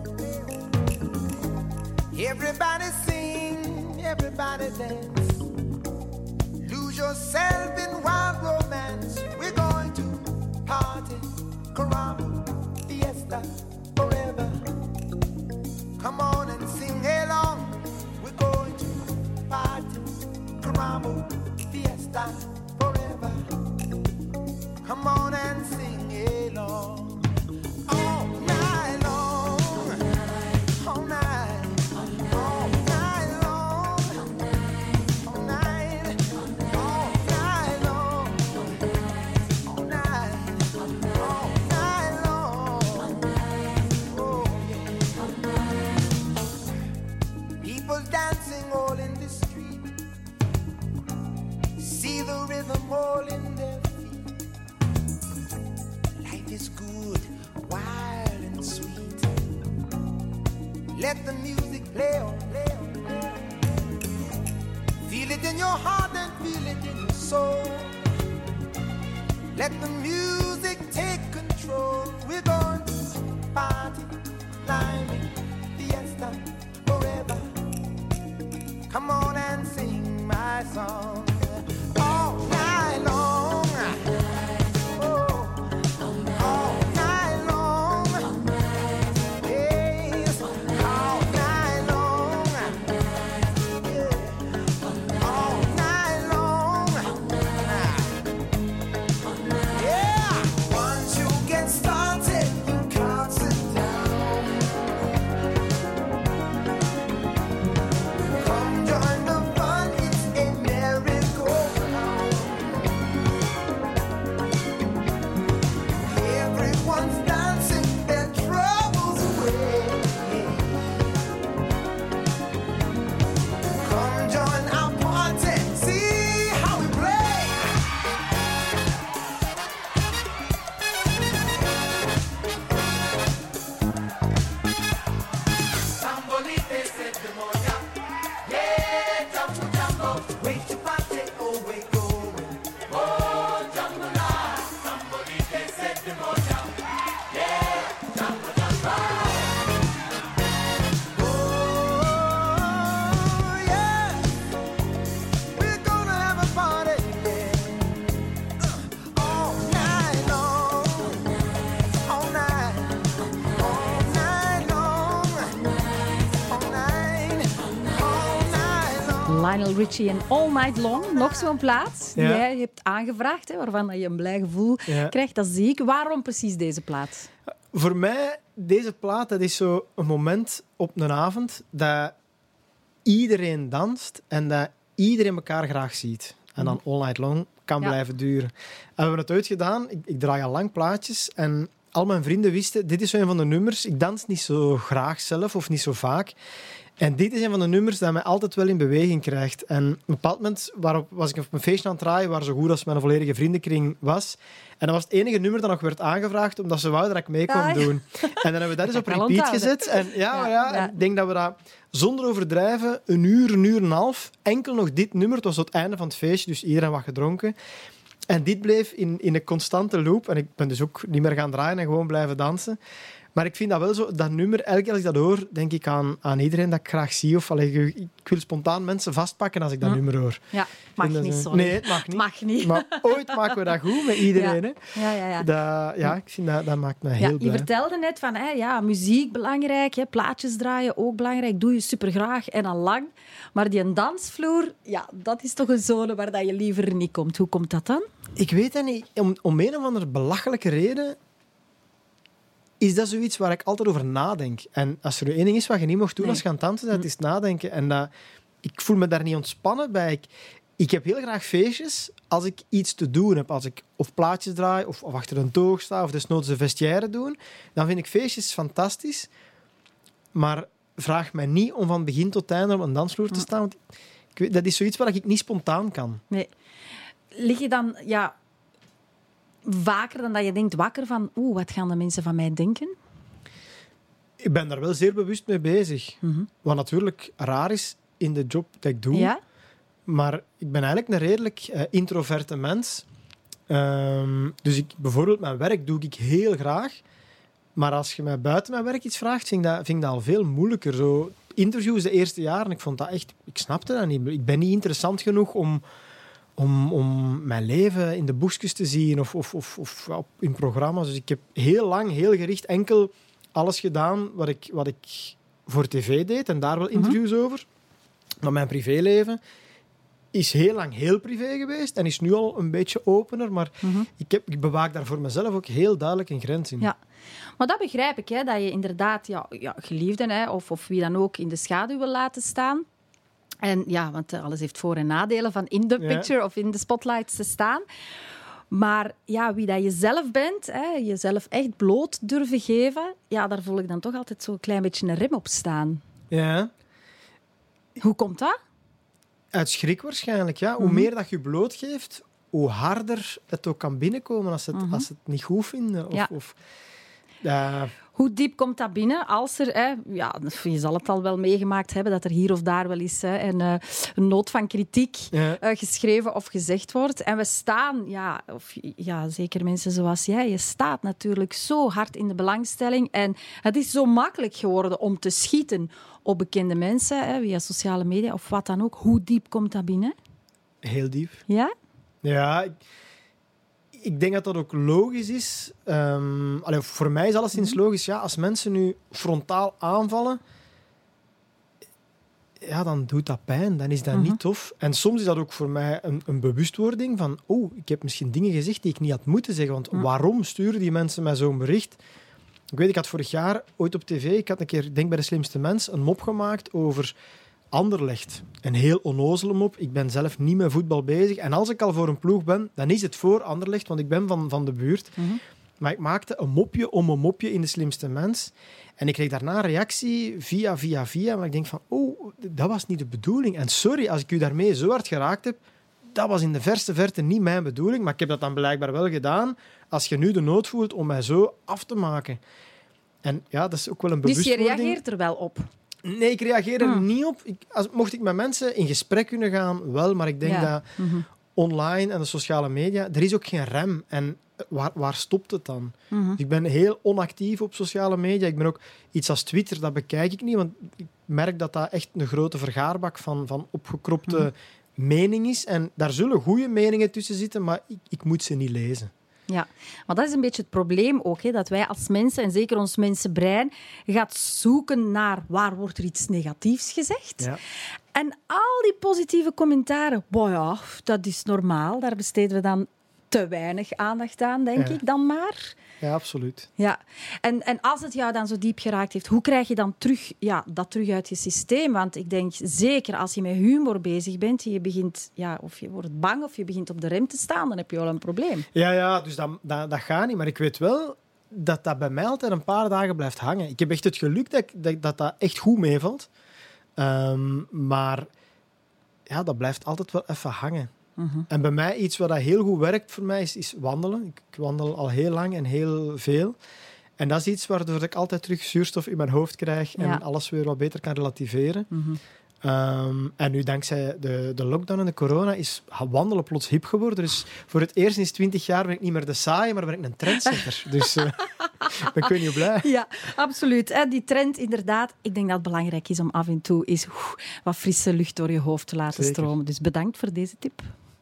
Everybody sing, everybody dance. Lose yourself in wild romance. We're going to party, caramba, fiesta, forever. Come on and sing along. We're going to party, caramba, fiesta, forever. Come on and sing along. All night long. All night. All night long. All night. All night long. All night. All night long. Oh, yeah. People dancing all in the street. See the rhythm all in their feet. Life is good, wild and sweet. Let the music play on, play on, play on. Feel it in your heart and feel it in your soul. Let the music take control. We're going to party, climbing, fiesta, forever. Come on and sing my song all night long. Oh, all night long. Yes, all night long. Yeah, all night long. Yeah, once you get started, you can't sit down. Come join the fun, it's a merry-go-round. Everyone's dancing their troubles away. Come join our party, see how we play. Sambolite said the moya. Yeah, jumbo jumbo. Wait to party, oh wait going. Oh, jumbo la. Sambolite said the moya. Yeah, jumbo jumbo. Oh, yeah. We're gonna have a party, yeah. All night long. All night. All night long. All night. All night long. Lionel Richie en All Night Long. Nog zo'n plaat die Ja. jij hebt aangevraagd, hè, waarvan je een blij gevoel Ja. krijgt. Dat zie ik. Waarom precies deze plaat? Voor mij, deze plaat, dat is zo een moment op een avond dat iedereen danst en dat iedereen elkaar graag ziet. En dan All Night Long kan Ja. blijven duren. En we hebben het uitgedaan. Ik draai al lang plaatjes en al mijn vrienden wisten, dit is zo een van de nummers. Ik dans niet zo graag zelf of niet zo vaak. En dit is een van de nummers dat mij altijd wel in beweging krijgt. En op een bepaald moment was ik op een feestje aan het draaien waar zo goed als mijn volledige vriendenkring was. En dat was het enige nummer dat nog werd aangevraagd omdat ze wouden dat ik mee kon Ah, ja. doen. En dan hebben we dat eens op Dat kan repeat onthouden. gezet. En Ja. en ik denk dat we dat zonder overdrijven een uur en een half enkel nog dit nummer. Het was het einde van het feestje, dus iedereen wat gedronken. En dit bleef in een constante loop. En ik ben dus ook niet meer gaan draaien en gewoon blijven dansen. Maar ik vind dat wel zo, dat nummer, elke keer als ik dat hoor, denk ik aan iedereen dat ik graag zie. Of ik wil spontaan mensen vastpakken als ik dat nummer hoor. Ja, mag vind dat niet, zo- sorry. Nee, het mag niet. Mag niet. Maar ooit maken we dat goed met iedereen. Ja. Hè. Ja. Ik vind dat maakt me Ja, heel je blij. vertelde net van muziek belangrijk, hè, plaatjes draaien ook belangrijk, doe je supergraag en al lang. Maar die dansvloer, ja, dat is toch een zone waar dat je liever niet komt. Hoe komt dat dan? Ik weet dat niet. Om een of andere belachelijke reden is dat zoiets waar ik altijd over nadenk. En als er één ding is wat je niet mocht doen Nee. als je aan het dansen bent, dat is nadenken. En ik voel me daar niet ontspannen bij. Ik heb heel graag feestjes als ik iets te doen heb. Als ik of plaatjes draai, of achter een toog sta, of desnoods de vestiaire doen. Dan vind ik feestjes fantastisch. Maar vraag mij niet om van begin tot einde op een dansvloer te staan. Want dat is zoiets waar ik niet spontaan kan. Nee. Lig je dan vaker dan dat je denkt wakker van wat gaan de mensen van mij denken? Ik ben daar wel zeer bewust mee bezig. Wat natuurlijk raar is in de job dat ik doe. Ja? Maar ik ben eigenlijk een redelijk introverte mens. Dus bijvoorbeeld mijn werk doe ik heel graag. Maar als je mij buiten mijn werk iets vraagt, vind ik dat al veel moeilijker. Zo, interviews de eerste jaren, ik vond dat echt... Ik snapte dat niet. Ik ben niet interessant genoeg om mijn leven in de boekjes te zien of in programma's. Dus ik heb heel lang, heel gericht enkel alles gedaan wat ik voor tv deed en daar wel interviews over. Maar mijn privéleven is heel lang heel privé geweest en is nu al een beetje opener. Maar ik bewaak daar voor mezelf ook heel duidelijk een grens in. Ja. Maar dat begrijp ik, hè, dat je inderdaad geliefden, hè, of wie dan ook in de schaduw wil laten staan. En ja, want alles heeft voor- en nadelen van in de picture of in de spotlights te staan. Maar ja, wie dat je zelf bent, hè, jezelf echt bloot durven geven, ja, daar voel ik dan toch altijd zo'n klein beetje een rem op staan. Ja. Hoe komt dat? Uit schrik waarschijnlijk, ja. Hoe meer dat je blootgeeft, hoe harder het ook kan binnenkomen als ze het niet goed vinden. Hoe diep komt dat binnen? Als er, je zal het al wel meegemaakt hebben, dat er hier of daar wel eens een noot van kritiek geschreven of gezegd wordt. En we staan, zeker mensen zoals jij, je staat natuurlijk zo hard in de belangstelling. En het is zo makkelijk geworden om te schieten op bekende mensen, via sociale media of wat dan ook. Hoe diep komt dat binnen? Heel diep. Ja? Ja, ik denk dat dat ook logisch is. Voor mij is alleszins logisch. Ja, als mensen nu frontaal aanvallen, ja, dan doet dat pijn. Dan is dat niet tof. En soms is dat ook voor mij een bewustwording van ik heb misschien dingen gezegd die ik niet had moeten zeggen. Want waarom sturen die mensen mij zo'n bericht? Ik had vorig jaar ooit op tv, ik had een keer, denk bij De Slimste Mens, een mop gemaakt over Anderlecht. Een heel onnozele mop. Ik ben zelf niet met voetbal bezig. En als ik al voor een ploeg ben, dan is het voor Anderlecht, want ik ben van de buurt. Maar ik maakte een mopje om een mopje in De Slimste Mens. En ik kreeg daarna een reactie via. Maar ik denk van, dat was niet de bedoeling. En sorry, als ik u daarmee zo hard geraakt heb, dat was in de verste verte niet mijn bedoeling. Maar ik heb dat dan blijkbaar wel gedaan. Als je nu de nood voelt om mij zo af te maken. En ja, dat is ook wel een Dus bewustwording. je reageert er wel op? Nee, ik reageer er niet op. Mocht ik met mensen in gesprek kunnen gaan, wel. Maar ik denk dat online en de sociale media, er is ook geen rem. En waar stopt het dan? Dus ik ben heel onactief op sociale media. Ik ben ook iets als Twitter, dat bekijk ik niet. Want ik merk dat dat echt een grote vergaarbak van opgekropte mening is. En daar zullen goede meningen tussen zitten, maar ik moet ze niet lezen. Ja, maar dat is een beetje het probleem ook, hè, dat wij als mensen, en zeker ons mensenbrein, gaat zoeken naar waar wordt er iets negatiefs gezegd. Ja. En al die positieve commentaren, dat is normaal, daar besteden we dan te weinig aandacht aan, denk ik dan maar. Ja, absoluut. Ja. En als het jou dan zo diep geraakt heeft, hoe krijg je dan dat terug uit je systeem? Want ik denk, zeker als je met humor bezig bent, je begint, of je wordt bang of je begint op de rem te staan, dan heb je wel een probleem. Ja, dus dat gaat niet. Maar ik weet wel dat bij mij altijd een paar dagen blijft hangen. Ik heb echt het geluk dat echt goed meevalt. Maar ja, dat blijft altijd wel even hangen. En bij mij, iets wat heel goed werkt voor mij, is wandelen. Ik wandel al heel lang en heel veel. En dat is iets waardoor ik altijd terug zuurstof in mijn hoofd krijg en alles weer wat beter kan relativeren. En nu, dankzij de lockdown en de corona, is wandelen plots hip geworden. Dus voor het eerst in 20 jaar ben ik niet meer de saaie, maar ben ik een trendsetter. Dus ben ik weer niet blij. Ja, absoluut. Die trend, inderdaad. Ik denk dat het belangrijk is om af en toe eens wat frisse lucht door je hoofd te laten stromen. Dus bedankt voor deze tip.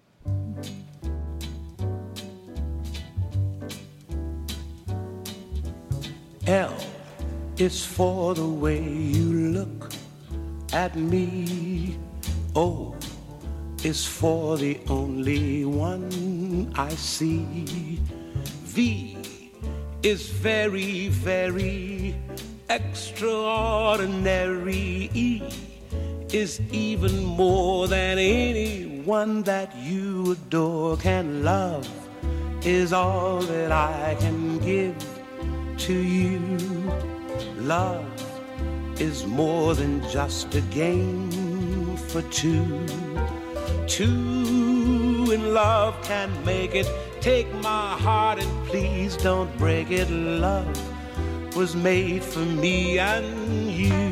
L is for the way you look at me. O is for the only one I see. V is very, very extraordinary. E is even more than anyone that you adore can love. Is all that I can give to you. Love is more than just a game for two. Two in love can make it. Take my heart and please don't break it. Love was made for me and you.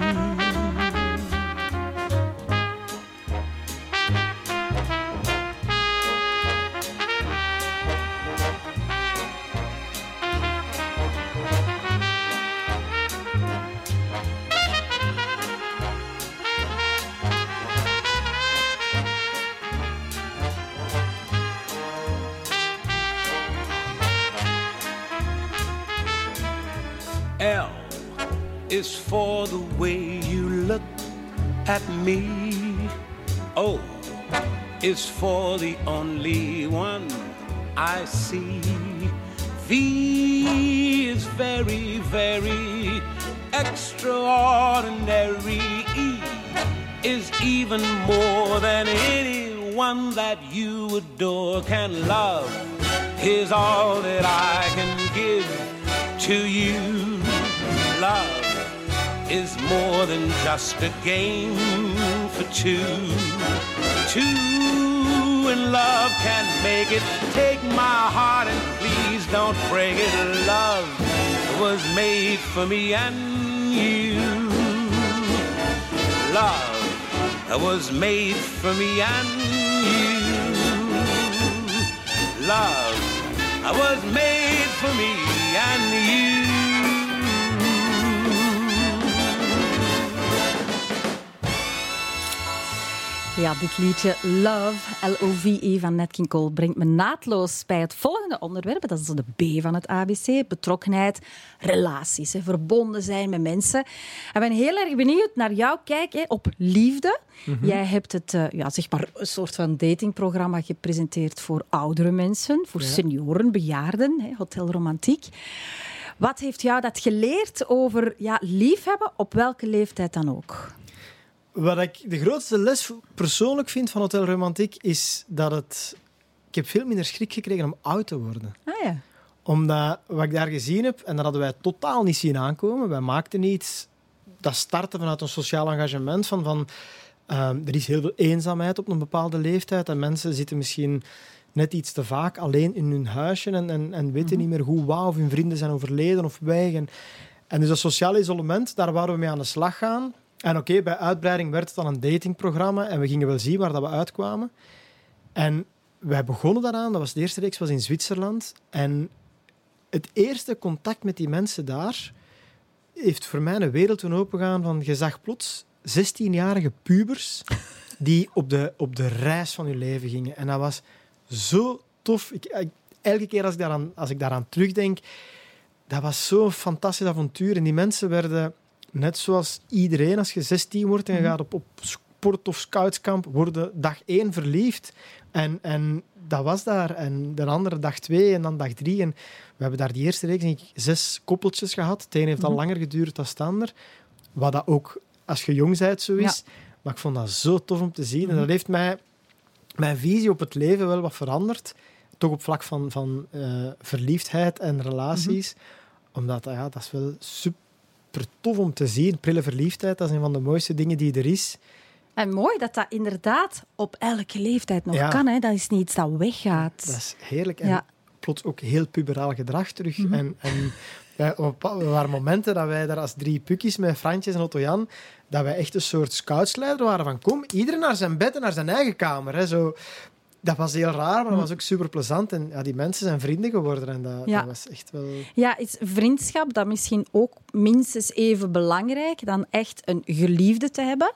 L is for the way you look at me. O is for the only one I see. V is very, very extraordinary. E is even more than anyone that you adore can love. Is all that I can give to you. Love is more than just a game for two. Two in love can make it. Take my heart and please don't break it. Love was made for me and you. Love was made for me and you. Love was made for me and you. Ja, dit liedje Love, L-O-V-E van Nat King Cole, brengt me naadloos bij het volgende onderwerp. Dat is de B van het ABC, betrokkenheid, relaties, verbonden zijn met mensen. Ik ben heel erg benieuwd naar jouw kijk op liefde. Jij hebt het, zeg maar een soort van datingprogramma gepresenteerd voor oudere mensen, voor senioren, bejaarden, Hotel Romantiek. Wat heeft jou dat geleerd over liefhebben, op welke leeftijd dan ook? Wat ik de grootste les persoonlijk vind van Hotel Romantiek is dat ik heb veel minder schrik gekregen om oud te worden. Ah ja. Omdat wat ik daar gezien heb, en dat hadden wij totaal niet zien aankomen, wij maakten iets, dat startte vanuit een sociaal engagement er is heel veel eenzaamheid op een bepaalde leeftijd en mensen zitten misschien net iets te vaak alleen in hun huisje en weten niet meer hoe of hun vrienden zijn overleden of weg. En dus dat sociaal isolement, daar waren we mee aan de slag gaan. En oké, bij uitbreiding werd het dan een datingprogramma en we gingen wel zien waar dat we uitkwamen. En wij begonnen daaraan, dat was de eerste reeks, was in Zwitserland. En het eerste contact met die mensen daar heeft voor mij een wereld toen opengegaan van je zag plots 16-jarige pubers die op de reis van hun leven gingen. En dat was zo tof. Elke keer als ik daaraan terugdenk, dat was zo'n fantastisch avontuur. En die mensen werden, net zoals iedereen, als je 16 wordt en je gaat op sport- of scoutskamp, worden dag 1 verliefd. En dat was daar. En de andere dag 2 en dan dag 3. En we hebben daar die eerste reeks 6 koppeltjes gehad. Het ene heeft al langer geduurd dan de ander. Wat dat ook, als je jong bent, zo is. Ja. Maar ik vond dat zo tof om te zien. En dat heeft mijn visie op het leven wel wat veranderd. Toch op vlak van verliefdheid en relaties. Omdat, dat is wel super tof om te zien. Prille verliefdheid, dat is een van de mooiste dingen die er is. En mooi dat dat inderdaad op elke leeftijd nog kan. Hè? Dat is niet iets dat weggaat. Dat is heerlijk. En plots ook heel puberaal gedrag terug. En er waren momenten dat wij daar als 3 pukkies met Frantjes en Otto Jan, dat wij echt een soort scoutsleider waren van kom, ieder naar zijn bed en naar zijn eigen kamer. Hè. Zo, dat was heel raar, maar dat was ook super plezant. En die mensen zijn vrienden geworden. En dat was echt wel... Ja, is vriendschap dat misschien ook minstens even belangrijk dan echt een geliefde te hebben?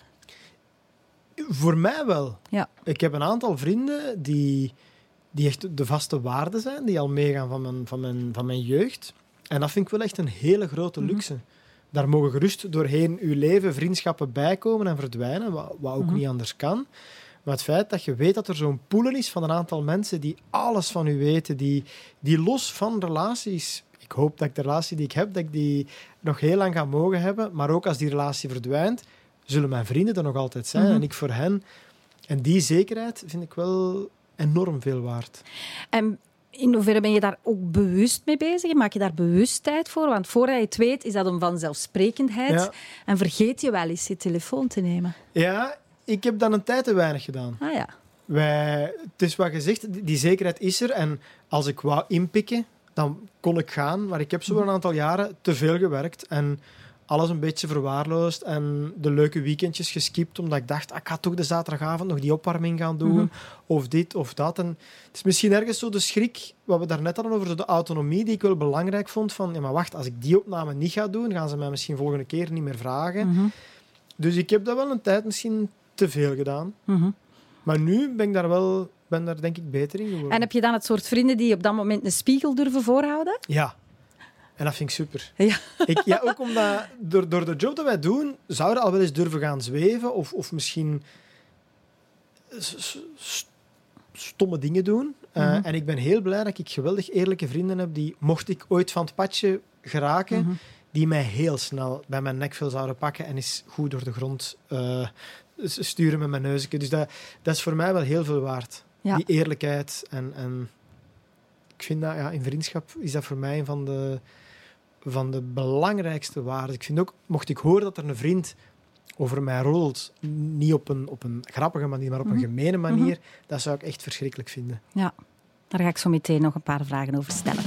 Voor mij wel. Ja. Ik heb een aantal vrienden die echt de vaste waarden zijn, die al meegaan van mijn jeugd. En dat vind ik wel echt een hele grote luxe. Daar mogen gerust doorheen uw leven vriendschappen bijkomen en verdwijnen, wat ook niet anders kan. Maar het feit dat je weet dat er zo'n pool is van een aantal mensen die alles van u weten, die los van relaties... Ik hoop dat ik de relatie die ik heb, dat ik die nog heel lang ga mogen hebben. Maar ook als die relatie verdwijnt, zullen mijn vrienden er nog altijd zijn. En ik voor hen. En die zekerheid vind ik wel enorm veel waard. En in hoeverre ben je daar ook bewust mee bezig? Maak je daar bewust tijd voor? Want voordat je het weet, is dat een vanzelfsprekendheid. Ja. En vergeet je wel eens je telefoon te nemen. Ja, ik heb dan een tijd te weinig gedaan. Ah ja. Het is wat gezegd, die zekerheid is er. En als ik wou inpikken, dan kon ik gaan. Maar ik heb zo een aantal jaren te veel gewerkt. En alles een beetje verwaarloosd. En de leuke weekendjes geskipt. Omdat ik dacht, ik ga toch de zaterdagavond nog die opwarming gaan doen. Of dit of dat. En het is misschien ergens zo de schrik, wat we daarnet hadden over de autonomie, die ik wel belangrijk vond. Van, ja, maar wacht, als ik die opname niet ga doen, gaan ze mij misschien volgende keer niet meer vragen. Dus ik heb dat wel een tijd misschien te veel gedaan. Maar nu ben daar denk ik beter in geworden. En heb je dan het soort vrienden die op dat moment een spiegel durven voorhouden? Ja. En dat vind ik super. Ja. Ook omdat door de job dat wij doen, zouden al wel eens durven gaan zweven of misschien stomme dingen doen. En ik ben heel blij dat ik geweldig eerlijke vrienden heb die, mocht ik ooit van het padje geraken, die mij heel snel bij mijn nekvel zouden pakken en eens goed door de grond sturen met mijn neusje. Dus dat is voor mij wel heel veel waard. Ja. Die eerlijkheid. En ik vind dat, in vriendschap is dat voor mij een van de belangrijkste waarden. Ik vind ook, mocht ik horen dat er een vriend over mij rolt, niet op een grappige manier, maar op een gemene manier, dat zou ik echt verschrikkelijk vinden. Ja, daar ga ik zo meteen nog een paar vragen over stellen.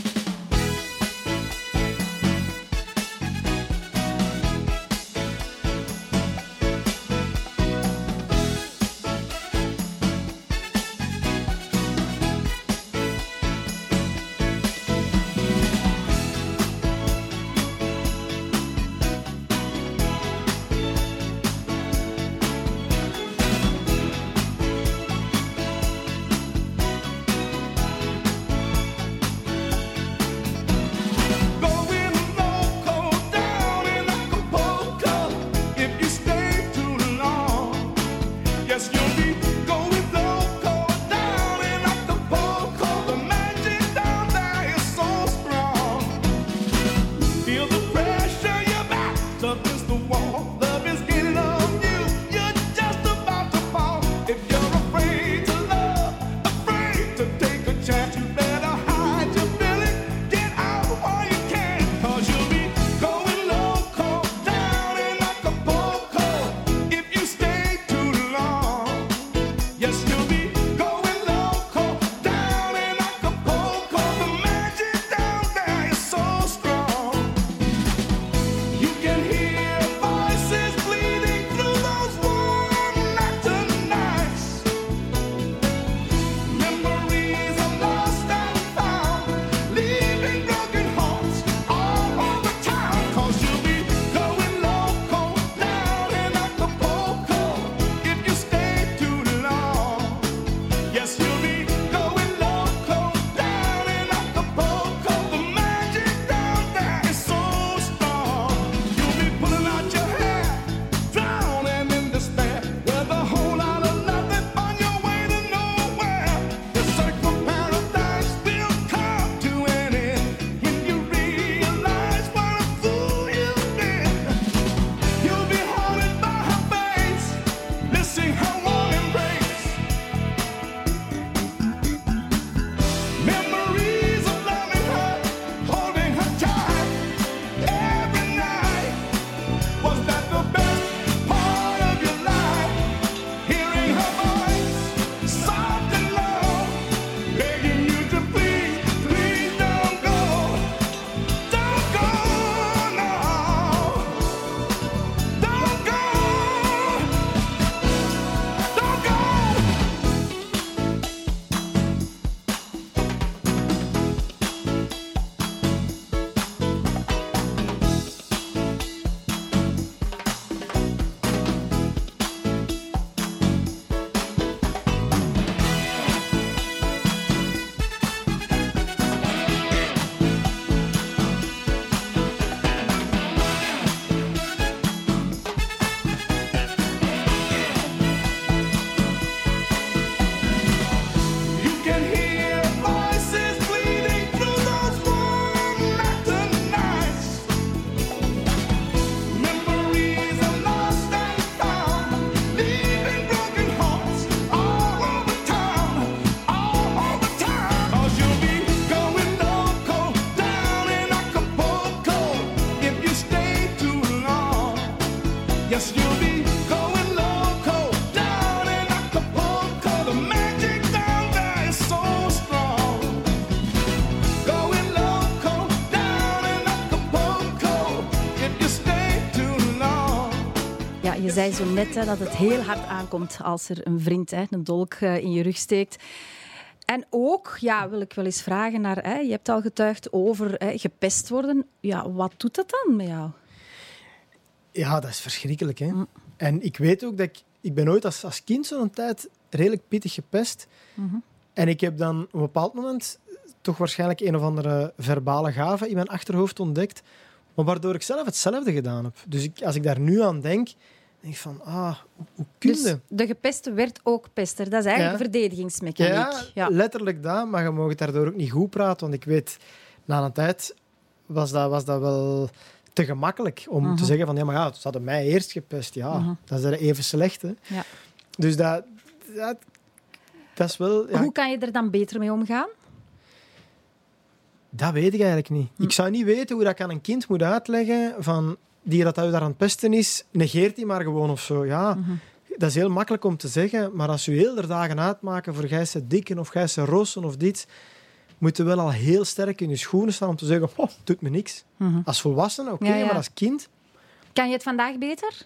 Je zei zo net dat het heel hard aankomt als er een vriend een dolk in je rug steekt. En ook, wil ik wel eens vragen naar... je hebt al getuigd over gepest worden. Ja, wat doet dat dan met jou? Ja, dat is verschrikkelijk. Hè? En ik weet ook dat ik ben ooit als kind zo'n tijd redelijk pittig gepest. En ik heb dan op een bepaald moment toch waarschijnlijk een of andere verbale gave in mijn achterhoofd ontdekt, maar waardoor ik zelf hetzelfde gedaan heb. Dus als ik daar nu aan denk ik van, hoe kun je? Dus de gepeste werd ook pester. Dat is eigenlijk een verdedigingsmechaniek. Ja, letterlijk dat, maar je mag het daardoor ook niet goed praten, want ik weet, na een tijd was dat wel te gemakkelijk om te zeggen van, ze hadden mij eerst gepest. Ja, dat is er even slecht. Hè. Ja. Dus dat is wel... Ja, Hoe kan je er dan beter mee omgaan? dat weet ik eigenlijk niet. Ik zou niet weten hoe dat ik aan een kind moet uitleggen van die dat daar aan het pesten is, negeert die maar gewoon of zo. Ja, dat is heel makkelijk om te zeggen, maar als je heel de dagen uitmaken voor gijse dikken of gijse rossen of dit, moet je wel al heel sterk in je schoenen staan om te zeggen, doet me niks. Als volwassene, oké, maar als kind... Kan je het vandaag beter?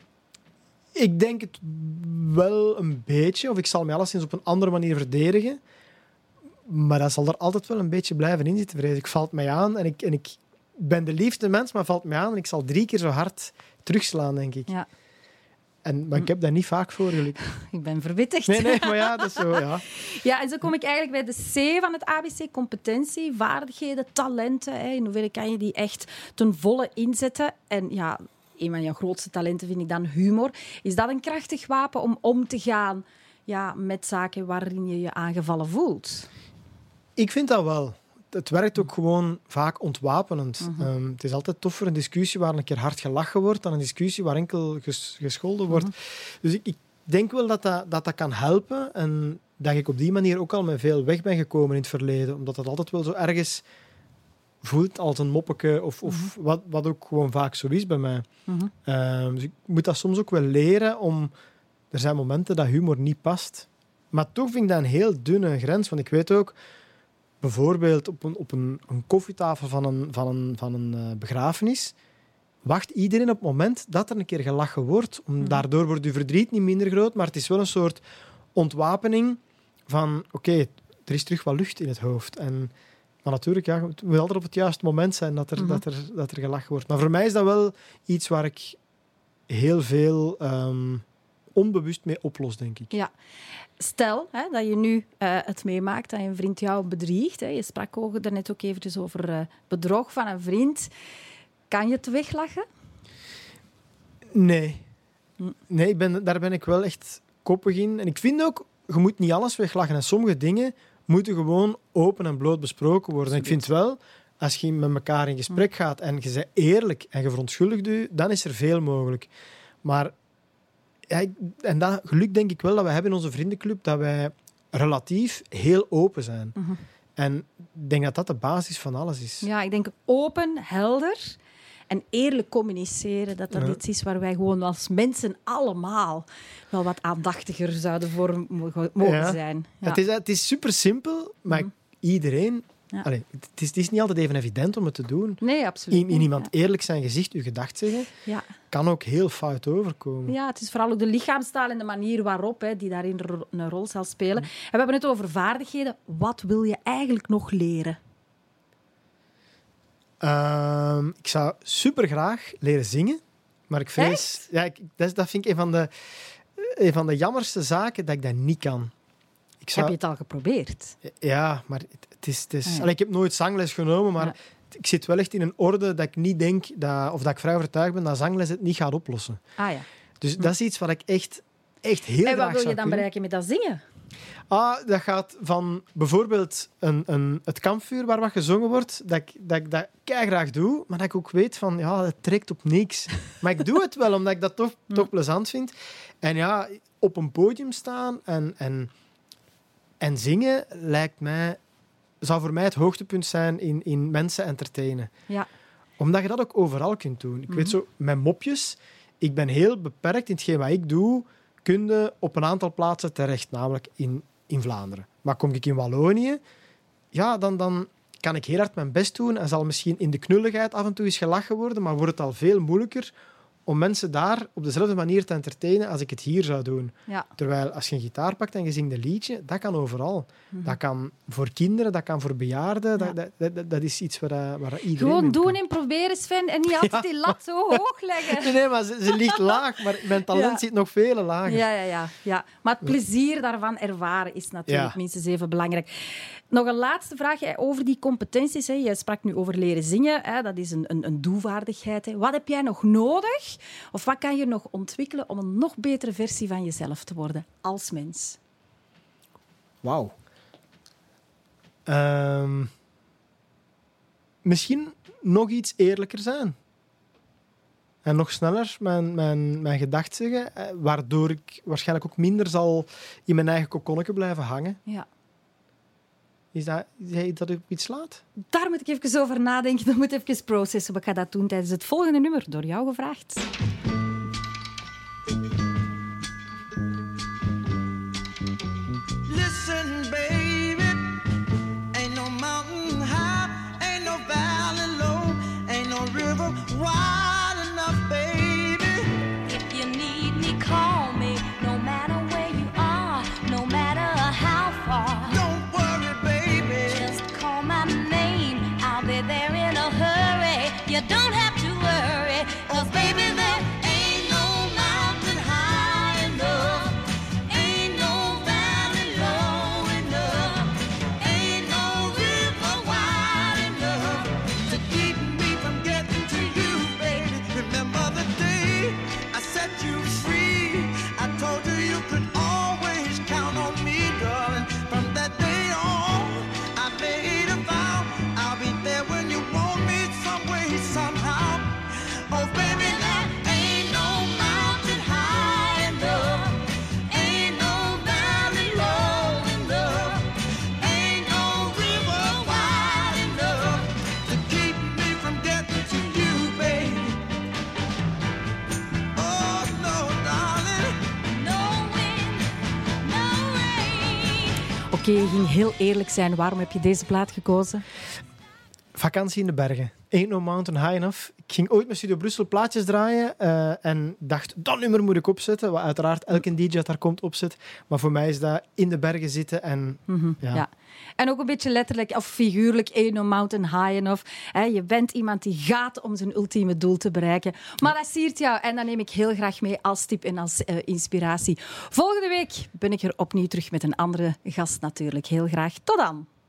Ik denk het wel een beetje, of ik zal mij alleszins op een andere manier verdedigen. Maar dat zal er altijd wel een beetje blijven in zitten, vrees ik. Valt mij aan en ik ben de liefste mens, maar valt mij aan en ik zal 3 keer zo hard terugslaan, denk ik. Ja. Maar ik heb dat niet vaak voor, gelukkig. Ik ben verwittigd. Nee, maar ja, dat is zo, ja. Ja, en zo kom ik eigenlijk bij de C van het ABC. Competentie, vaardigheden, talenten. Hè. In hoeverre kan je die echt ten volle inzetten? En ja, een van jouw grootste talenten vind ik dan humor. Is dat een krachtig wapen om te gaan met zaken waarin je je aangevallen voelt? Ik vind dat wel. Het werkt ook gewoon vaak ontwapenend. Het is altijd toffer een discussie waar een keer hard gelachen wordt dan een discussie waar enkel gescholden wordt. Dus ik denk wel dat kan helpen en dat ik op die manier ook al met veel weg ben gekomen in het verleden. Omdat dat altijd wel zo ergens voelt als een moppeke of wat ook gewoon vaak zo is bij mij. Dus ik moet dat soms ook wel leren om... Er zijn momenten dat humor niet past. Maar toch vind ik dat een heel dunne grens. Want ik weet ook, bijvoorbeeld op een koffietafel van een begrafenis, wacht iedereen op het moment dat er een keer gelachen wordt. Daardoor wordt je verdriet niet minder groot, maar het is wel een soort ontwapening van oké, er is terug wat lucht in het hoofd. Maar natuurlijk, het moet altijd op het juiste moment zijn dat er gelachen wordt. Maar voor mij is dat wel iets waar ik heel veel onbewust mee oplos, denk ik. Ja. Stel dat je nu het meemaakt, dat je een vriend jou bedriegt. Hè. Je sprak er net ook eventjes over bedrog van een vriend. Kan je het weglachen? Nee. Nee, daar ben ik wel echt koppig in. En ik vind ook, je moet niet alles weglachen. En sommige dingen moeten gewoon open en bloot besproken worden. En ik vind wel, als je met elkaar in gesprek gaat en je bent eerlijk en je verontschuldigt je, dan is er veel mogelijk. Maar en dat geluk denk ik wel dat we hebben in onze vriendenclub, dat wij relatief heel open zijn. En ik denk dat dat de basis van alles is. Ja, ik denk open, helder en eerlijk communiceren, dat iets is waar wij gewoon als mensen allemaal wel wat aandachtiger zouden voor mogen zijn. Ja. Het is super simpel, maar iedereen... Ja. Allee, het is niet altijd even evident om het te doen. Nee, absoluut. In iemand eerlijk zijn gezicht uw gedacht zeggen, kan ook heel fout overkomen. Ja, het is vooral ook de lichaamstaal en de manier waarop die daarin een rol zal spelen. En we hebben het over vaardigheden. Wat wil je eigenlijk nog leren? Ik zou supergraag leren zingen, maar ik vrees... Ja, dat vind ik een van de jammerste zaken, dat ik dat niet kan. Heb je het al geprobeerd? Ja, maar het is... Allee, ik heb nooit zangles genomen, maar ik zit wel echt in een orde dat ik niet denk, dat ik vrij overtuigd ben dat zangles het niet gaat oplossen. Ah ja. Dus dat is iets wat ik echt heel graag zou En wat wil je dan kunnen. bereiken met dat zingen? Dat gaat van bijvoorbeeld het kampvuur waar wat gezongen wordt, dat ik dat keigraag doe, maar dat ik ook weet van, het trekt op niks. Maar ik doe het wel, omdat ik dat toch plezant vind. En op een podium staan en zingen zou voor mij het hoogtepunt zijn in mensen entertainen. Ja. Omdat je dat ook overal kunt doen. Ik weet zo, met mopjes, ik ben heel beperkt in hetgeen wat ik doe, kun je op een aantal plaatsen terecht, namelijk in Vlaanderen. Maar kom ik in Wallonië, dan kan ik heel hard mijn best doen en zal misschien in de knulligheid af en toe eens gelachen worden, maar wordt het al veel moeilijker om mensen daar op dezelfde manier te entertainen als ik het hier zou doen. Ja. Terwijl als je een gitaar pakt en je zingt een liedje, dat kan overal. Dat kan voor kinderen, dat kan voor bejaarden. Ja. Dat is iets waar iedereen Gewoon mee doen kan. en proberen, Sven. En niet altijd die lat zo hoog leggen. Nee, maar ze ligt laag, maar mijn talent Ja. zit nog veel lager. Ja. Maar het plezier daarvan ervaren is natuurlijk Ja. minstens even belangrijk. Nog een laatste vraag over die competenties. Je sprak nu over leren zingen. Dat is een doelvaardigheid. Wat heb jij nog nodig? Of wat kan je nog ontwikkelen om een nog betere versie van jezelf te worden als mens? Wauw. Misschien nog iets eerlijker zijn. En nog sneller mijn gedachten zeggen, waardoor ik waarschijnlijk ook minder zal in mijn eigen kokonnetje blijven hangen. Ja. Is dat op iets slaat? Daar moet ik even over nadenken. Dat moet even processen. Ik ga dat doen tijdens het volgende nummer, door jou gevraagd. Listen, baby, ain't no mountain high, ain't no valley low, ain't no river wide enough, baby. If you need me, call me. No matter where you are, no matter how far. Don't worry, baby. Just call my name. I'll be there in a hurry. You don't have to worry. 'Cause baby, there ain't no mountain high enough. Ain't no valley low enough. Ain't no river wide enough. To keep me from getting to you, baby. Remember the day I set you free. I told you you could always count on me, darling. From that day on, I made a vow. I'll be there when you want me, some way, somehow. Oh, baby, there ain't no mountain high enough. Ain't no valley low enough. Ain't no river wide enough to keep me from getting to you, baby. Oh, no, darling. No wind, no rain. Oké, je ging heel eerlijk zijn. Waarom heb je deze plaat gekozen? Vakantie in de bergen. Ain't no mountain high enough. Ik ging ooit met Studio Brussel plaatjes draaien en dacht, dat nummer moet ik opzetten. Wat uiteraard elke DJ dat daar komt opzet. Maar voor mij is dat in de bergen zitten en... Ja. En ook een beetje letterlijk of figuurlijk, ain't no mountain high enough. Je bent iemand die gaat om zijn ultieme doel te bereiken. Maar dat siert jou en dat neem ik heel graag mee als tip en als inspiratie. Volgende week ben ik er opnieuw terug met een andere gast natuurlijk. Heel graag. Tot dan.